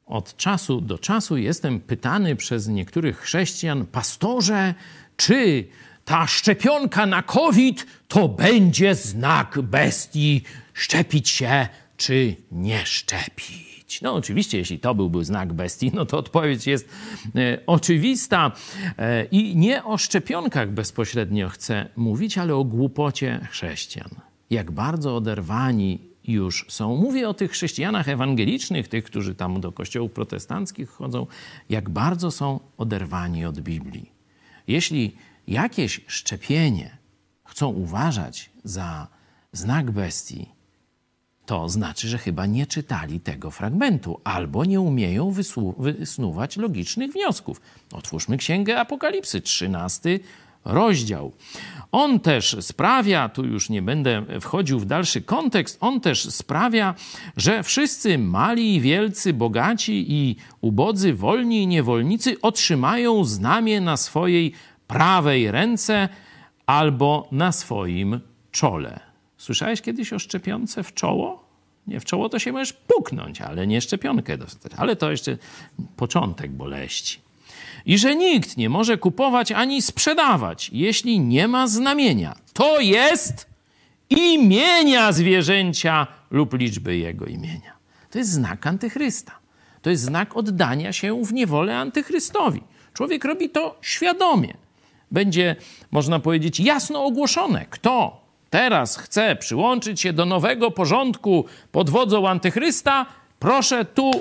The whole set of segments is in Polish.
od czasu do czasu jestem pytany przez niektórych chrześcijan: pastorze, czy ta szczepionka na COVID to będzie znak bestii? Szczepić się czy nie szczepić? No oczywiście, jeśli to byłby znak bestii, no to odpowiedź jest oczywista. I nie o szczepionkach bezpośrednio chcę mówić, ale o głupocie chrześcijan. Jak bardzo oderwani już są. Mówię o tych chrześcijanach ewangelicznych, tych, którzy tam do kościołów protestanckich chodzą, jak bardzo są oderwani od Biblii. Jeśli jakieś szczepienie chcą uważać za znak bestii, to znaczy, że chyba nie czytali tego fragmentu albo nie umieją wysnuwać logicznych wniosków. Otwórzmy Księgę Apokalipsy, 13 rozdział. On też sprawia, tu już nie będę wchodził w dalszy kontekst, on też sprawia, że wszyscy mali i wielcy, bogaci i ubodzy, wolni i niewolnicy otrzymają znamię na swojej prawej ręce albo na swoim czole. Słyszałeś kiedyś o szczepionce w czoło? Nie, w czoło to się możesz puknąć, ale nie szczepionkę dostać. Ale to jeszcze początek boleści. I że nikt nie może kupować ani sprzedawać, jeśli nie ma znamienia. To jest imienia zwierzęcia lub liczby jego imienia. To jest znak antychrysta. To jest znak oddania się w niewolę antychrystowi. Człowiek robi to świadomie. Będzie, można powiedzieć, jasno ogłoszone, kto teraz chce przyłączyć się do nowego porządku pod wodzą antychrysta, proszę, tu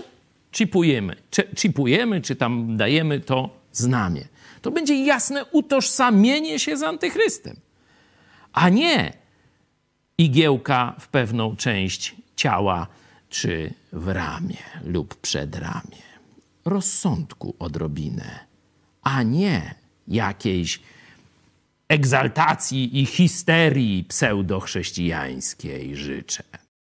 chipujemy, czy tam dajemy to znamię. To będzie jasne utożsamienie się z antychrystem, a nie igiełka w pewną część ciała, czy w ramię lub przedramię. Rozsądku odrobinę, a nie jakiejś egzaltacji i histerii pseudochrześcijańskiej życzę.